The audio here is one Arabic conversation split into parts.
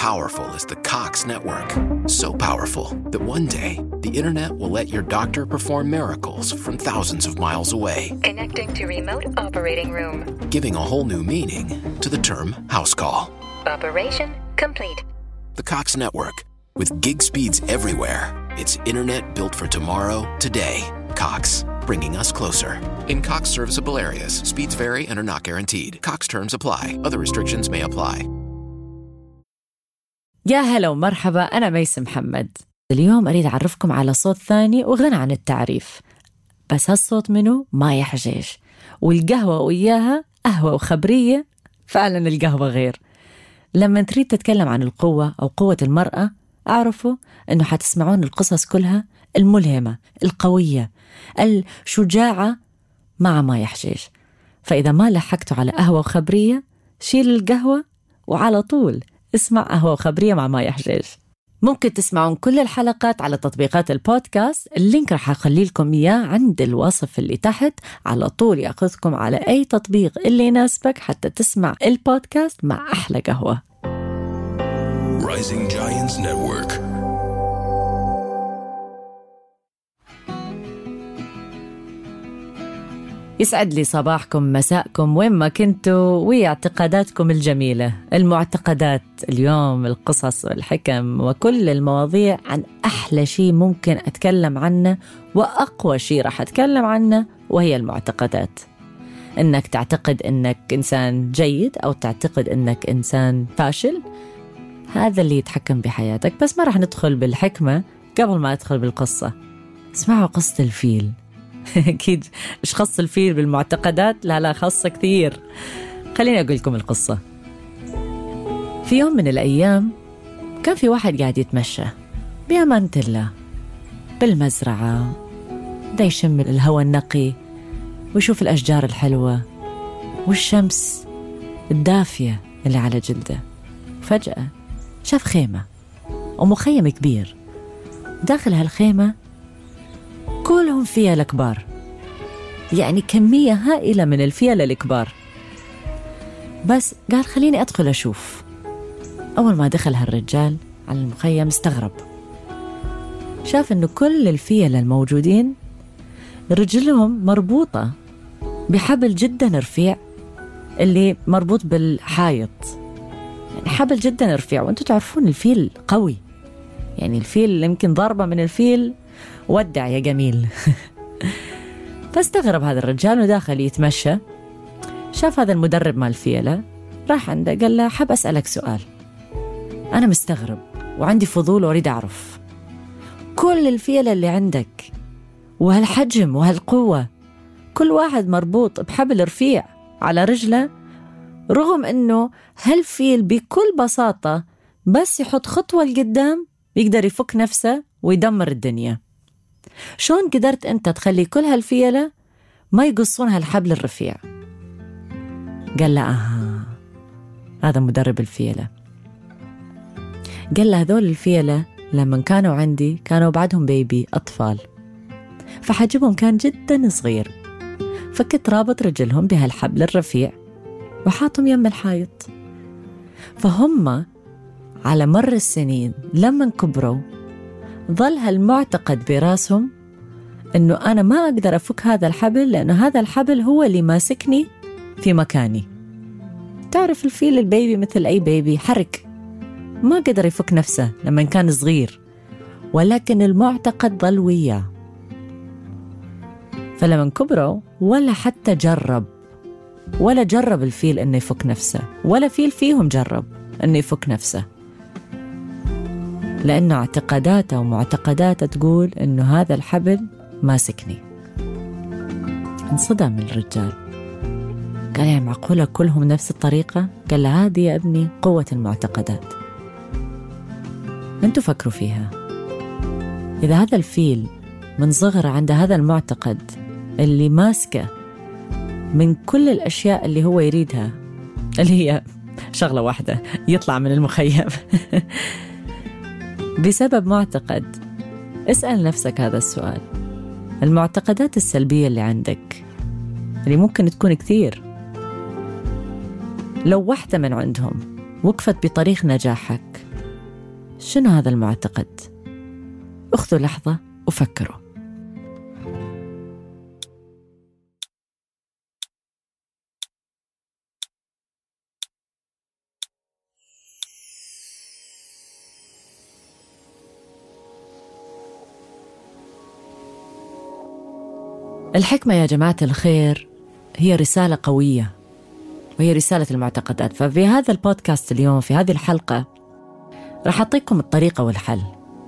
powerful is the Cox Network. So powerful that one day, the internet will let your doctor perform miracles from thousands of miles away. Connecting to remote operating room. Giving a whole new meaning to the term house call. Operation complete. The Cox Network. With gig speeds everywhere. It's internet built for tomorrow, today. Cox, bringing us closer. In Cox serviceable areas, speeds vary and are not guaranteed. Cox terms apply. Other restrictions may apply. يا هلا ومرحبا، أنا ميس محمد. اليوم أريد أعرفكم على صوت ثاني وغنى عن التعريف، بس هالصوت منه مايا حجيج، والقهوة وإياها قهوة وخبرية. فعلا القهوة غير. لما تريد تتكلم عن القوة أو قوة المرأة، أعرفوا أنه حتسمعون القصص كلها الملهمة القوية الشجاعة مع مايا حجيج. فإذا ما لحقتوا على قهوة وخبرية، شيل القهوة وعلى طول اسمع قهوة وخبرية مع مايا حجيج. ممكن تسمعون كل الحلقات على تطبيقات البودكاست، اللينك رح أخلي لكم إياه عند الوصف اللي تحت. على طول يأخذكم على أي تطبيق اللي يناسبك حتى تسمع البودكاست مع أحلى قهوة. Rising Giants Network. يسعد لي صباحكم مساءكم وين ما كنتوا، واعتقاداتكم الجميلة. المعتقدات اليوم، القصص والحكم وكل المواضيع عن أحلى شيء ممكن أتكلم عنه وأقوى شيء راح أتكلم عنه، وهي المعتقدات. إنك تعتقد إنك إنسان جيد أو تعتقد إنك إنسان فاشل، هذا اللي يتحكم بحياتك. بس ما راح ندخل بالحكمة قبل ما أدخل بالقصة. اسمعوا قصة الفيل. أكيد إيش خص الفيل بالمعتقدات؟ لا خص كثير. خليني أقول لكم القصة. في يوم من الأيام كان في واحد قاعد يتمشى بأمانة الله بالمزرعة، دا يشم الهواء النقي ويشوف الأشجار الحلوة والشمس الدافية اللي على جلده. فجأة شاف خيمة ومخيم كبير. داخل هالخيمة كلهم فيلة كبار، يعني كمية هائلة من الفيلة الكبار. بس قال خليني أدخل أشوف. أول ما دخل هالرجال على المخيم استغرب، شاف إنه كل الفيلة الموجودين رجلهم مربوطة بحبل جدا رفيع، اللي مربوط بالحائط، يعني حبل جدا رفيع. وأنتوا تعرفون الفيل قوي، يعني الفيل يمكن ضربة من الفيل ودع يا جميل. فاستغرب هذا الرجال وداخل يتمشى. شاف هذا المدرب مال الفيلة، راح عنده قال له حاب أسألك سؤال، أنا مستغرب وعندي فضول وأريد أعرف كل الفيلة اللي عندك وهالحجم وهالقوة، كل واحد مربوط بحبل رفيع على رجله، رغم أنه هالفيل بكل بساطة بس يحط خطوة لقدام يقدر يفك نفسه ويدمر الدنيا. شون قدرت أنت تخلي كل هالفيلة ما يقصون هالحبل الرفيع؟ قال له هذا مدرب الفيلة. قال له هذول الفيلة لما كانوا عندي كانوا بعدهم بيبي أطفال، فحجمهم كان جدا صغير، فكنت رابط رجلهم بهالحبل الرفيع وحاطهم يم الحائط. فهم على مر السنين لما كبروا ظل هالمعتقد براسهم إنه أنا ما أقدر أفك هذا الحبل، لأنه هذا الحبل هو اللي ماسكني في مكاني. تعرف الفيل البيبي مثل أي بيبي حرك، ما قدر يفك نفسه لما كان صغير، ولكن المعتقد ظل وياه. فلما كبروا ولا حتى جرب الفيل إنه يفك نفسه، ولا فيل فيهم جرب إنه يفك نفسه، لأنه اعتقاداته ومعتقداته تقول إنه هذا الحبل ماسكني. انصدم الرجال، قال يعني معقولة كلهم نفس الطريقة؟ قال له هذه يا ابني قوة المعتقدات. انتوا فكروا فيها، إذا هذا الفيل من صغره عنده هذا المعتقد اللي ماسكه من كل الأشياء اللي هو يريدها، اللي هي شغلة واحدة، يطلع من المخيم بسبب معتقد. اسأل نفسك هذا السؤال، المعتقدات السلبية اللي عندك اللي ممكن تكون كثير، لو واحدة من عندهم وقفت بطريق نجاحك شنو هذا المعتقد؟ اخذوا لحظة وفكروا. الحكمة يا جماعة الخير هي رسالة قوية، وهي رسالة المعتقدات. ففي هذا البودكاست اليوم، في هذه الحلقة، راح أعطيكم الطريقة والحل.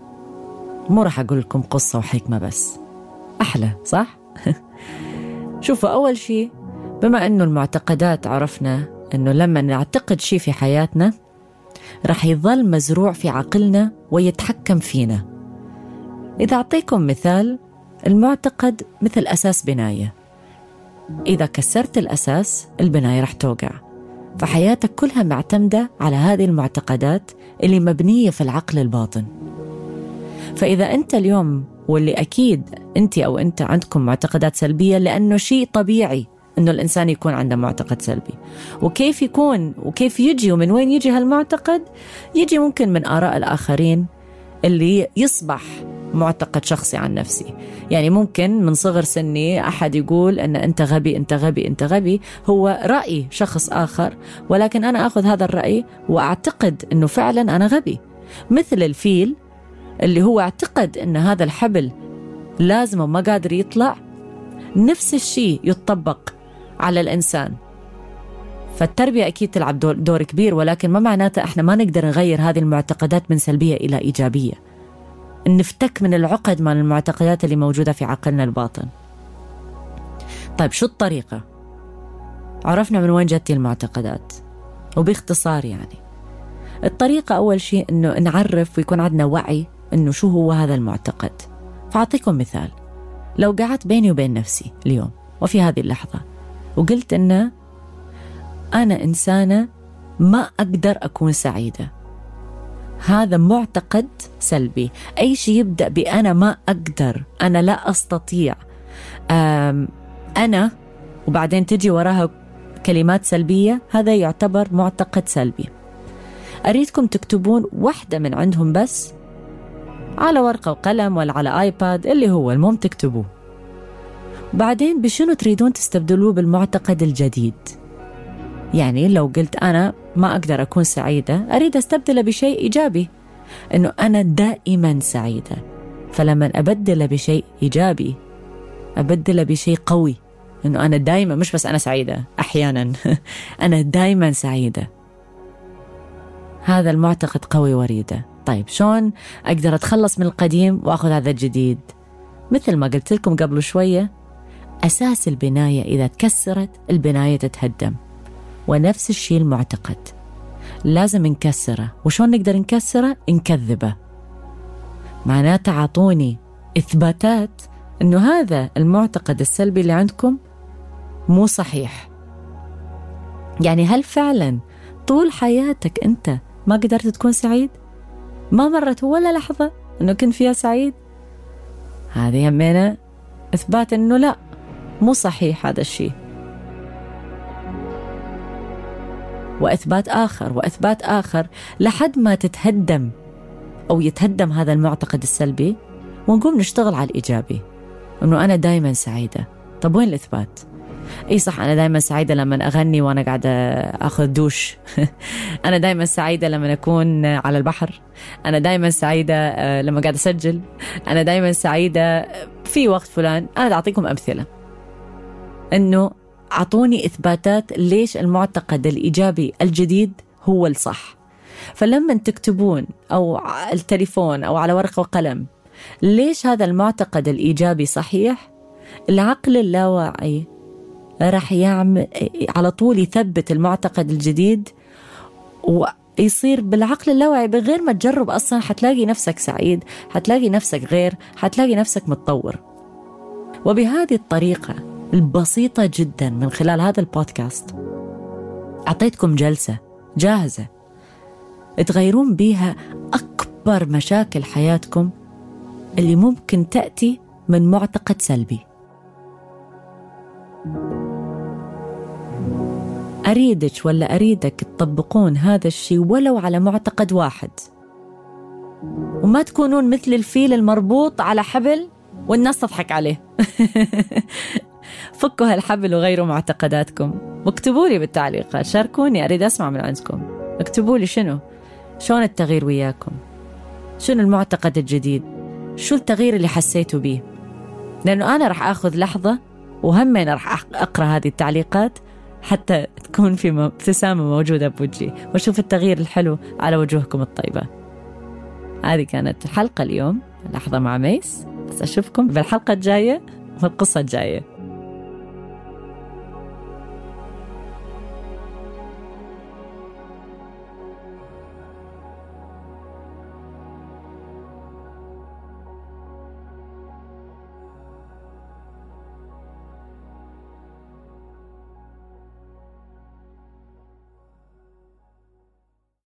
مو راح أقول لكم قصة وحكمة بس، أحلى صح؟ شوفوا، أول شيء، بما أنه المعتقدات عرفنا أنه لما نعتقد شيء في حياتنا راح يظل مزروع في عقلنا ويتحكم فينا. إذا أعطيكم مثال، المعتقد مثل أساس بناية، إذا كسرت الأساس البناية راح توقع. فحياتك كلها معتمدة على هذه المعتقدات اللي مبنية في العقل الباطن. فإذا أنت اليوم، واللي أكيد أنت أو أنت عندكم معتقدات سلبية، لأنه شيء طبيعي أنه الإنسان يكون عنده معتقد سلبي. وكيف يكون وكيف يجي ومن وين يجي هالمعتقد؟ يجي ممكن من آراء الآخرين اللي يصبح معتقد شخصي عن نفسي. يعني ممكن من صغر سني أحد يقول أن أنت غبي أنت غبي أنت غبي، هو رأي شخص آخر، ولكن أنا أخذ هذا الرأي وأعتقد أنه فعلا أنا غبي. مثل الفيل اللي هو اعتقد أن هذا الحبل لازم وما قادر يطلع، نفس الشيء يتطبق على الإنسان. فالتربية أكيد تلعب دور كبير، ولكن ما معناته إحنا ما نقدر نغير هذه المعتقدات من سلبية إلى إيجابية، نفتك من العقد من المعتقدات اللي موجودة في عقلنا الباطن. طيب شو الطريقة؟ عرفنا من وين جت المعتقدات، وباختصار يعني الطريقة أول شيء إنه نعرف ويكون عندنا وعي إنه شو هو هذا المعتقد. فأعطيكم مثال، لو قعدت بيني وبين نفسي اليوم وفي هذه اللحظة وقلت إن أنا إنسانة ما أقدر أكون سعيدة، هذا معتقد سلبي. أي شيء يبدأ بأنا ما أقدر، أنا لا أستطيع، أنا وبعدين تجي وراها كلمات سلبية، هذا يعتبر معتقد سلبي. أريدكم تكتبون واحدة من عندهم بس على ورقة وقلم ولا على آيباد، اللي هو المهم تكتبوه. بعدين بشنو تريدون تستبدلوه بالمعتقد الجديد؟ يعني لو قلت أنا ما أقدر أكون سعيدة، أريد أستبدله بشيء إيجابي، إنه أنا دائما سعيدة. فلما أبدله بشيء إيجابي، أبدله بشيء قوي، إنه أنا دائما، مش بس أنا سعيدة أحيانا أنا دائما سعيدة. هذا المعتقد قوي وريدة. طيب شون أقدر أتخلص من القديم وأخذ هذا الجديد؟ مثل ما قلت لكم قبل شوية، أساس البناية إذا تكسرت البناية تتهدم، ونفس الشيء المعتقد لازم نكسره. وشون نقدر نكسره؟ نكذبه. معناته عطوني إثباتات إنه هذا المعتقد السلبي اللي عندكم مو صحيح. يعني هل فعلا طول حياتك أنت ما قدرت تكون سعيد؟ ما مرت ولا لحظة إنه كنت فيها سعيد؟ هذا يهمنا إثبات إنه لا، مو صحيح هذا الشيء. وإثبات آخر وإثبات آخر لحد ما تتهدم أو يتهدم هذا المعتقد السلبي، ونقوم نشتغل على الإيجابي، إنه أنا دايما سعيدة. طب وين الإثبات؟ إيه صح، أنا دايما سعيدة لما أغني وأنا قاعدة أخذ دوش أنا دايما سعيدة لما أكون على البحر، أنا دايما سعيدة لما قاعدة أسجل، أنا دايما سعيدة في وقت فلان. أنا أعطيكم أمثلة، إنه أعطوني إثباتات ليش المعتقد الإيجابي الجديد هو الصح. فلما تكتبون أو على التليفون أو على ورقة وقلم ليش هذا المعتقد الإيجابي صحيح، العقل اللاواعي راح يعمل على طول يثبت المعتقد الجديد، ويصير بالعقل اللاواعي بغير ما تجرب أصلا حتلاقي نفسك سعيد، حتلاقي نفسك غير، حتلاقي نفسك متطور. وبهذه الطريقة البسيطة جدا من خلال هذا البودكاست أعطيتكم جلسة جاهزة تغيرون بيها أكبر مشاكل حياتكم اللي ممكن تأتي من معتقد سلبي. أريدك ولا أريدك تطبقون هذا الشيء ولو على معتقد واحد. وما تكونون مثل الفيل المربوط على حبل والناس تضحك عليه. فكوا هالحبل وغيروا معتقداتكم، واكتبوا لي بالتعليقات، شاركوني، أريد أسمع من عندكم. اكتبوا لي شلون التغيير وياكم، شنو المعتقد الجديد، شو التغيير اللي حسيتوا بيه، لأنه أنا رح أخذ لحظة وهمين رح أقرأ هذه التعليقات حتى تكون في ابتسامة موجودة بوجهي وأشوف التغيير الحلو على وجوهكم الطيبة. هذه كانت الحلقة اليوم، لحظة مع ميس، بس أشوفكم بالحلقة الجاية والقصة الجاية.